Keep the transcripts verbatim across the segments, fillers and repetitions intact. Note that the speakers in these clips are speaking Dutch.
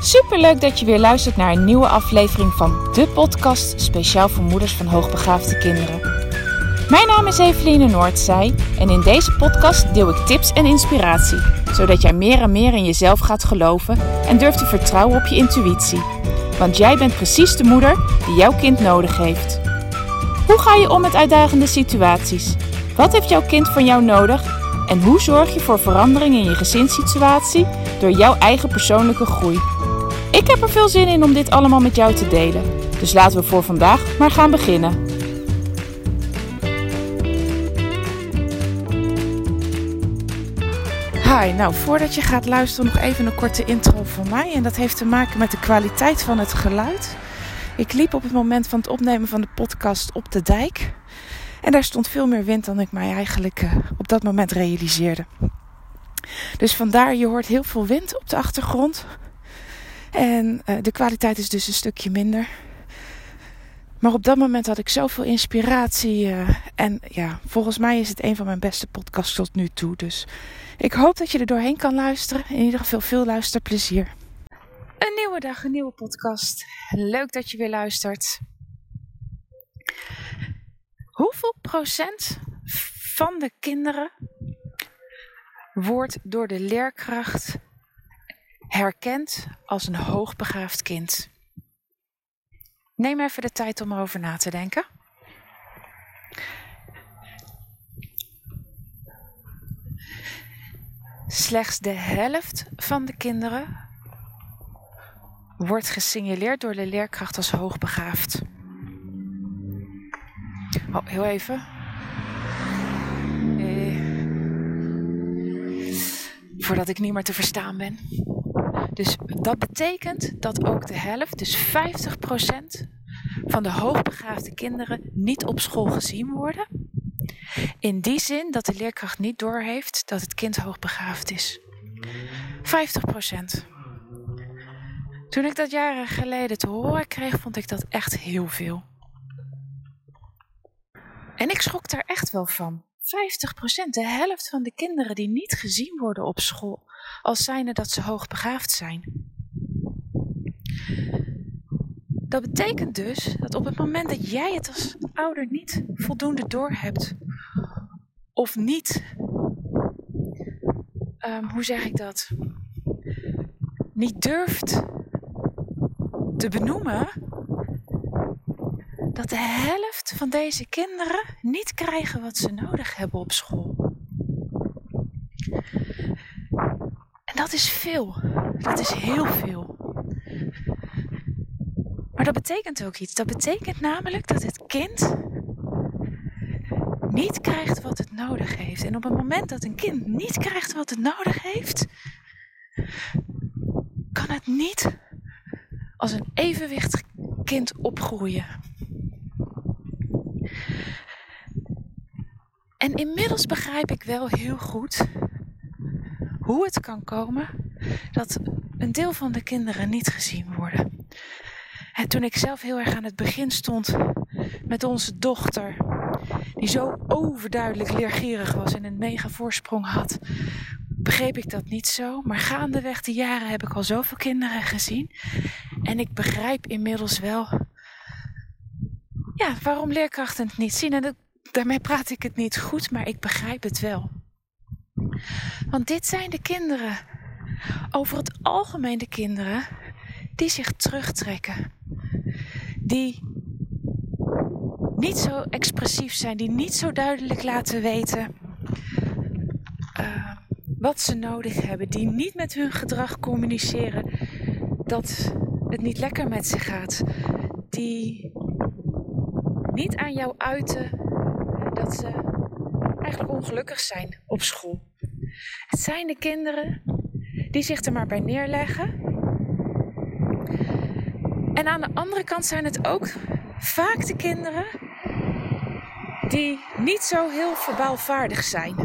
Superleuk dat je weer luistert naar een nieuwe aflevering van de podcast speciaal voor moeders van hoogbegaafde kinderen. Mijn naam is Eveline Noordzij en in deze podcast deel ik tips en inspiratie, zodat jij meer en meer in jezelf gaat geloven en durft te vertrouwen op je intuïtie. Want jij bent precies de moeder die jouw kind nodig heeft. Hoe ga je om met uitdagende situaties? Wat heeft jouw kind van jou nodig? En hoe zorg je voor verandering in je gezinssituatie door jouw eigen persoonlijke groei? Ik heb er veel zin in om dit allemaal met jou te delen. Dus laten we voor vandaag maar gaan beginnen. Hi, nou voordat je gaat luisteren nog even een korte intro van mij. En dat heeft te maken met de kwaliteit van het geluid. Ik liep op het moment van het opnemen van de podcast op de dijk. En daar stond veel meer wind dan ik mij eigenlijk uh, op dat moment realiseerde. Dus vandaar, je hoort heel veel wind op de achtergrond. En uh, de kwaliteit is dus een stukje minder. Maar op dat moment had ik zoveel inspiratie. Uh, en ja, volgens mij is het een van mijn beste podcasts tot nu toe. Dus ik hoop dat je er doorheen kan luisteren. In ieder geval veel luisterplezier. Een nieuwe dag, een nieuwe podcast. Leuk dat je weer luistert. Hoeveel procent van de kinderen wordt door de leerkracht herkend als een hoogbegaafd kind? Neem even de tijd om erover na te denken. Slechts de helft van de kinderen wordt gesignaleerd door de leerkracht als hoogbegaafd. Oh, heel even. Eh, voordat ik niet meer te verstaan ben. Dus dat betekent dat ook de helft, dus vijftig procent van de hoogbegaafde kinderen niet op school gezien worden. In die zin dat de leerkracht niet doorheeft dat het kind hoogbegaafd is. vijftig procent. Toen ik dat jaren geleden te horen kreeg, vond ik dat echt heel veel. En ik schrok daar echt wel van. vijftig procent, de helft van de kinderen die niet gezien worden op school, als zijnde dat ze hoogbegaafd zijn. Dat betekent dus dat op het moment dat jij het als ouder niet voldoende doorhebt, of niet, um, hoe zeg ik dat, niet durft te benoemen, dat de helft van deze kinderen niet krijgen wat ze nodig hebben op school. En dat is veel. Dat is heel veel. Maar dat betekent ook iets. Dat betekent namelijk dat het kind niet krijgt wat het nodig heeft. En op het moment dat een kind niet krijgt wat het nodig heeft, kan het niet als een evenwichtig kind opgroeien. En inmiddels begrijp ik wel heel goed hoe het kan komen dat een deel van de kinderen niet gezien worden. En toen ik zelf heel erg aan het begin stond met onze dochter, die zo overduidelijk leergierig was en een mega voorsprong had, begreep ik dat niet zo. Maar gaandeweg de jaren heb ik al zoveel kinderen gezien. En ik begrijp inmiddels wel, ja, waarom leerkrachten het niet zien. En dat, daarmee praat ik het niet goed, maar ik begrijp het wel. Want dit zijn de kinderen, over het algemeen de kinderen, die zich terugtrekken. Die niet zo expressief zijn, die niet zo duidelijk laten weten uh, wat ze nodig hebben. Die niet met hun gedrag communiceren dat het niet lekker met ze gaat. Die niet aan jou uiten dat ze eigenlijk ongelukkig zijn op school. Het zijn de kinderen die zich er maar bij neerleggen. En aan de andere kant zijn het ook vaak de kinderen die niet zo heel verbaal vaardig zijn.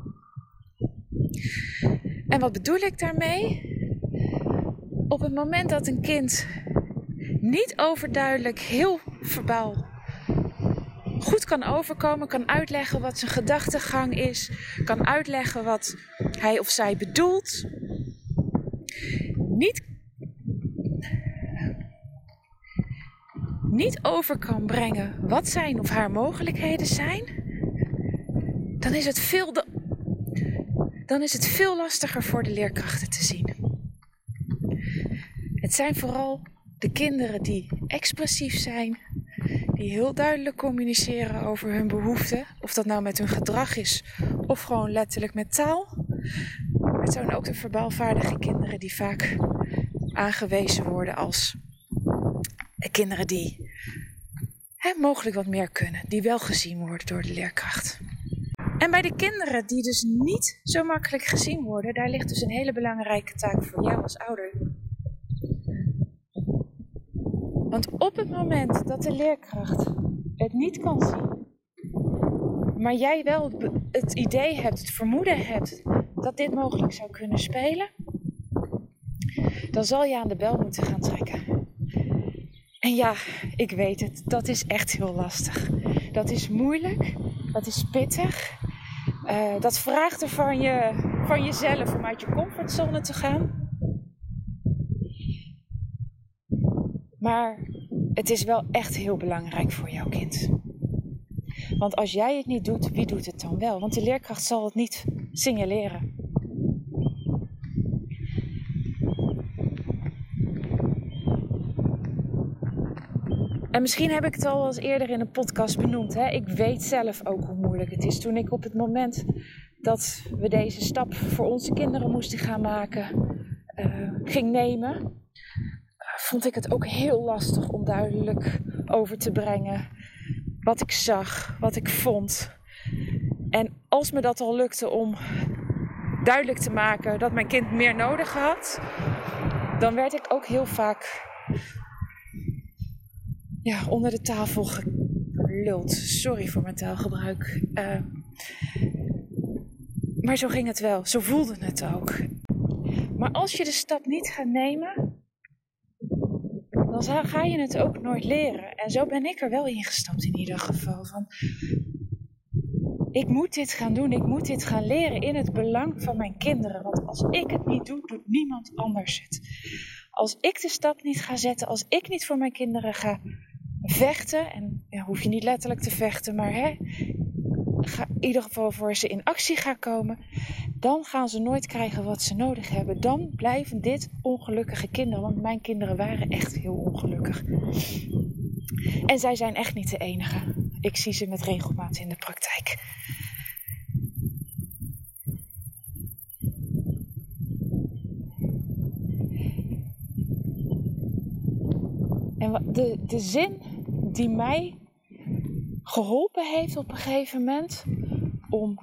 En wat bedoel ik daarmee? Op het moment dat een kind niet overduidelijk heel verbaal goed kan overkomen, kan uitleggen wat zijn gedachtegang is, kan uitleggen wat hij of zij bedoelt, niet niet over kan brengen wat zijn of haar mogelijkheden zijn, dan is het veel, de, dan is het veel lastiger voor de leerkrachten te zien. Het zijn vooral de kinderen die expressief zijn, die heel duidelijk communiceren over hun behoeften, of dat nou met hun gedrag is of gewoon letterlijk met taal. Maar het zijn ook de verbaalvaardige kinderen die vaak aangewezen worden als kinderen die hè, mogelijk wat meer kunnen, die wel gezien worden door de leerkracht. En bij de kinderen die dus niet zo makkelijk gezien worden, daar ligt dus een hele belangrijke taak voor jou als ouder. Want op het moment dat de leerkracht het niet kan zien, maar jij wel het idee hebt, het vermoeden hebt dat dit mogelijk zou kunnen spelen, dan zal je aan de bel moeten gaan trekken. En ja, ik weet het, dat is echt heel lastig. Dat is moeilijk, dat is pittig. Uh, dat vraagt er van, je, van jezelf om uit je comfortzone te gaan. Maar het is wel echt heel belangrijk voor jouw kind. Want als jij het niet doet, wie doet het dan wel? Want de leerkracht zal het niet signaleren. En misschien heb ik het al eens eerder in een podcast benoemd. Hè? Ik weet zelf ook hoe moeilijk het is. Toen ik op het moment dat we deze stap voor onze kinderen moesten gaan maken, uh, ging nemen, uh, vond ik het ook heel lastig om duidelijk over te brengen wat ik zag, wat ik vond. En als me dat al lukte om duidelijk te maken dat mijn kind meer nodig had, dan werd ik ook heel vaak ja, onder de tafel geluld. Sorry voor mijn taalgebruik. Uh, maar zo ging het wel. Zo voelde het ook. Maar als je de stap niet gaat nemen, dan ga je het ook nooit leren. En zo ben ik er wel ingestapt in ieder geval. Van, ik moet dit gaan doen. Ik moet dit gaan leren in het belang van mijn kinderen. Want als ik het niet doe, doet niemand anders het. Als ik de stap niet ga zetten, als ik niet voor mijn kinderen ga vechten, en ja, hoef je niet letterlijk te vechten, maar hè, ga, in ieder geval voor ze in actie gaan komen, dan gaan ze nooit krijgen wat ze nodig hebben. Dan blijven dit ongelukkige kinderen, want mijn kinderen waren echt heel ongelukkig. En zij zijn echt niet de enige. Ik zie ze met regelmaat in de praktijk. En de, de zin die mij geholpen heeft op een gegeven moment om,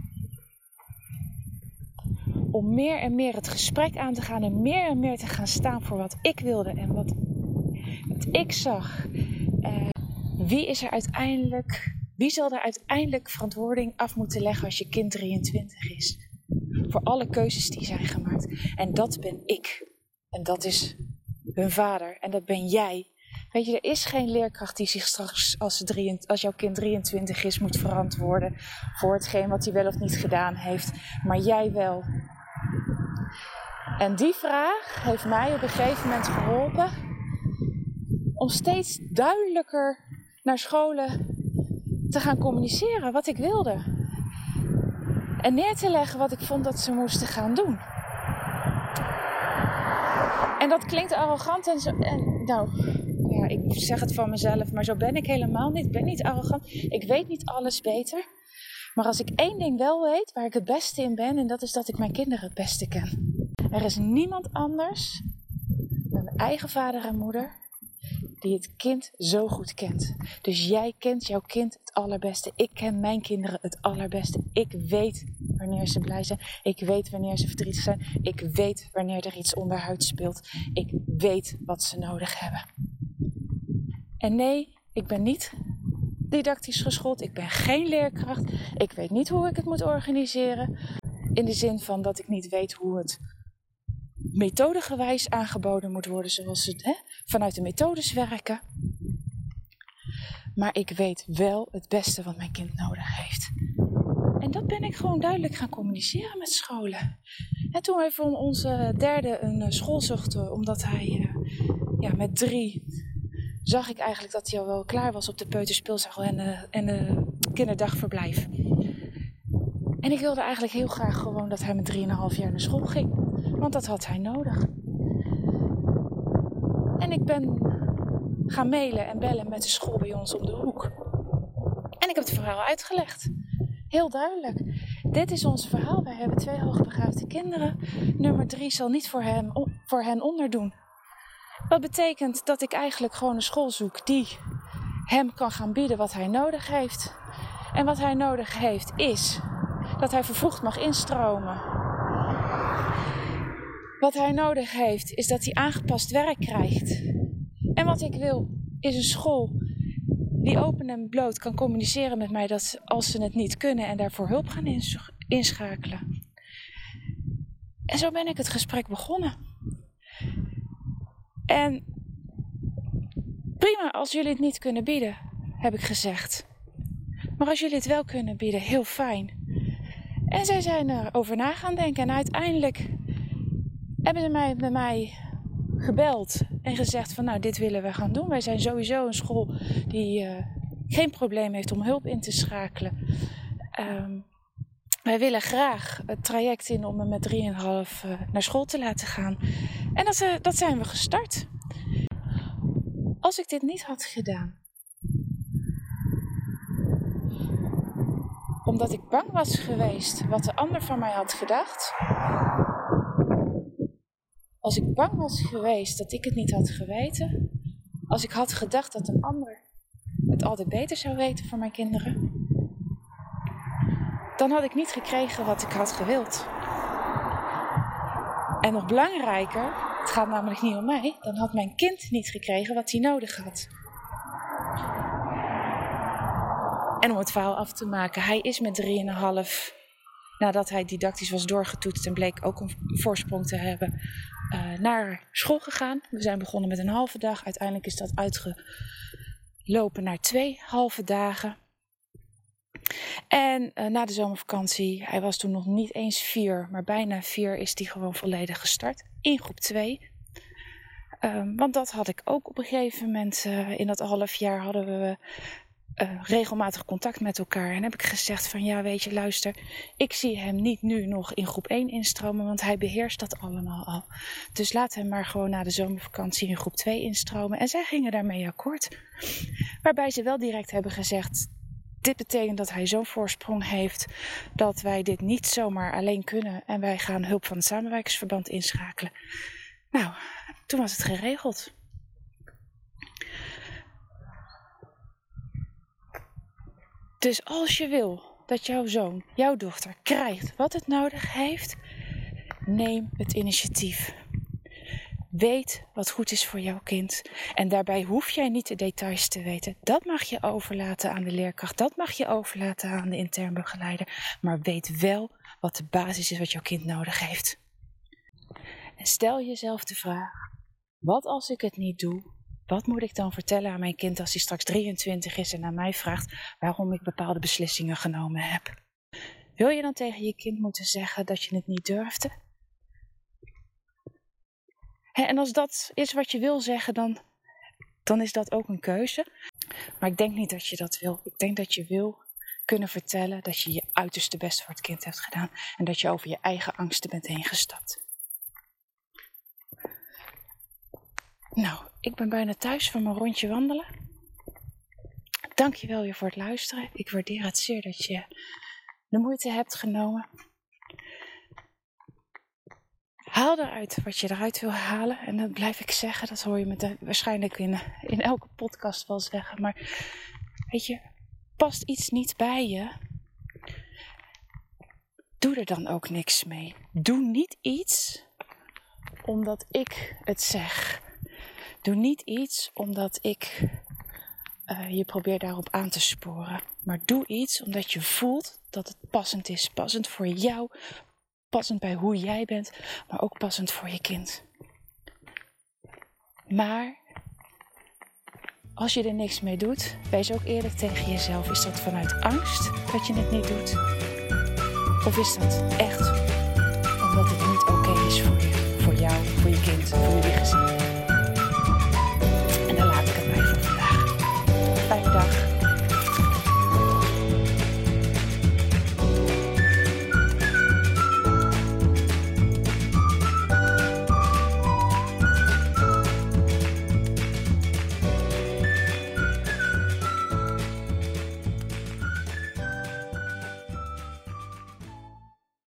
om meer en meer het gesprek aan te gaan en meer en meer te gaan staan voor wat ik wilde en wat, wat ik zag. Uh, wie is er uiteindelijk, wie zal er uiteindelijk verantwoording af moeten leggen als je kind drieëntwintig is? Voor alle keuzes die zijn gemaakt. En dat ben ik. En dat is hun vader. En dat ben jij. Weet je, er is geen leerkracht die zich straks als, drie, als jouw kind drieëntwintig is moet verantwoorden voor hetgeen wat hij wel of niet gedaan heeft. Maar jij wel. En die vraag heeft mij op een gegeven moment geholpen om steeds duidelijker naar scholen te gaan communiceren wat ik wilde. En neer te leggen wat ik vond dat ze moesten gaan doen. En dat klinkt arrogant en, zo, en nou, ja, ik zeg het van mezelf, maar zo ben ik helemaal niet. Ik ben niet arrogant. Ik weet niet alles beter. Maar als ik één ding wel weet, waar ik het beste in ben, en dat is dat ik mijn kinderen het beste ken. Er is niemand anders dan mijn eigen vader en moeder die het kind zo goed kent. Dus jij kent jouw kind het allerbeste. Ik ken mijn kinderen het allerbeste. Ik weet wanneer ze blij zijn. Ik weet wanneer ze verdrietig zijn. Ik weet wanneer er iets onderhuid speelt. Ik weet wat ze nodig hebben. En nee, ik ben niet didactisch geschoold. Ik ben geen leerkracht. Ik weet niet hoe ik het moet organiseren. In de zin van dat ik niet weet hoe het methodegewijs aangeboden moet worden, zoals ze hè, vanuit de methodes werken. Maar ik weet wel het beste wat mijn kind nodig heeft. En dat ben ik gewoon duidelijk gaan communiceren met scholen. En toen wij voor onze derde een school zochten, omdat hij uh, ja, met drie zag ik eigenlijk dat hij al wel klaar was op de peuterspeelzaal en de, en de kinderdagverblijf. En ik wilde eigenlijk heel graag gewoon dat hij met drieënhalf jaar naar school ging. Want dat had hij nodig. En ik ben gaan mailen en bellen met de school bij ons om de hoek. En ik heb het verhaal uitgelegd. Heel duidelijk. Dit is ons verhaal. Wij hebben twee hoogbegaafde kinderen. Nummer drie zal niet voor, hem, voor hen onderdoen. Dat betekent dat ik eigenlijk gewoon een school zoek die hem kan gaan bieden wat hij nodig heeft. En wat hij nodig heeft is dat hij vervroegd mag instromen. Wat hij nodig heeft is dat hij aangepast werk krijgt. En wat ik wil is een school die open en bloot kan communiceren met mij dat als ze het niet kunnen en daarvoor hulp gaan ins- inschakelen. En zo ben ik het gesprek begonnen. En prima als jullie het niet kunnen bieden, heb ik gezegd. Maar als jullie het wel kunnen bieden, heel fijn. En zij zijn erover na gaan denken. En uiteindelijk hebben ze mij, met mij gebeld en gezegd van nou, dit willen we gaan doen. Wij zijn sowieso een school die uh, geen probleem heeft om hulp in te schakelen. Um, wij willen graag het traject in om hem met drieënhalf uh, naar school te laten gaan. En dat, uh, dat zijn we gestart. Als ik dit niet had gedaan, omdat ik bang was geweest wat de ander van mij had gedacht. Als ik bang was geweest dat ik het niet had geweten. Als ik had gedacht dat een ander het altijd beter zou weten voor mijn kinderen. Dan had ik niet gekregen wat ik had gewild. En nog belangrijker, het gaat namelijk niet om mij. Dan had mijn kind niet gekregen wat hij nodig had. En om het verhaal af te maken, hij is met drieënhalf, nadat hij didactisch was doorgetoetst en bleek ook een voorsprong te hebben, uh, naar school gegaan. We zijn begonnen met een halve dag. Uiteindelijk is dat uitgelopen naar twee halve dagen. En uh, na de zomervakantie, hij was toen nog niet eens vier, maar bijna vier, is hij gewoon volledig gestart in groep twee. Um, want dat had ik ook op een gegeven moment, uh, in dat half jaar hadden we uh, regelmatig contact met elkaar. En heb ik gezegd van ja, weet je, luister, ik zie hem niet nu nog in groep één instromen, want hij beheerst dat allemaal al. Dus laat hem maar gewoon na de zomervakantie in groep twee instromen. En zij gingen daarmee akkoord. Waarbij ze wel direct hebben gezegd, dit betekent dat hij zo'n voorsprong heeft dat wij dit niet zomaar alleen kunnen. En wij gaan hulp van het samenwerkingsverband inschakelen. Nou, toen was het geregeld. Dus als je wil dat jouw zoon, jouw dochter krijgt wat het nodig heeft, neem het initiatief. Weet wat goed is voor jouw kind. En daarbij hoef jij niet de details te weten. Dat mag je overlaten aan de leerkracht. Dat mag je overlaten aan de intern begeleider. Maar weet wel wat de basis is wat jouw kind nodig heeft. En stel jezelf de vraag, wat als ik het niet doe? Wat moet ik dan vertellen aan mijn kind als hij straks drieëntwintig is en aan mij vraagt waarom ik bepaalde beslissingen genomen heb? Wil je dan tegen je kind moeten zeggen dat je het niet durfde? En als dat is wat je wil zeggen, dan, dan is dat ook een keuze. Maar ik denk niet dat je dat wil. Ik denk dat je wil kunnen vertellen dat je je uiterste best voor het kind hebt gedaan. En dat je over je eigen angsten bent heen gestapt. Nou, ik ben bijna thuis van mijn rondje wandelen. Dank je wel weer voor het luisteren. Ik waardeer het zeer dat je de moeite hebt genomen. Haal eruit wat je eruit wil halen. En dat blijf ik zeggen. Dat hoor je me de, waarschijnlijk in, in elke podcast wel zeggen. Maar weet je, past iets niet bij je, doe er dan ook niks mee. Doe niet iets omdat ik het zeg. Doe niet iets omdat ik uh, je probeer daarop aan te sporen. Maar doe iets omdat je voelt dat het passend is. Passend voor jou. Passend bij hoe jij bent. Maar ook passend voor je kind. Maar als je er niks mee doet, wees ook eerlijk tegen jezelf. Is dat vanuit angst dat je het niet doet? Of is dat echt omdat het niet oké is voor je, voor jou, voor je kind, voor je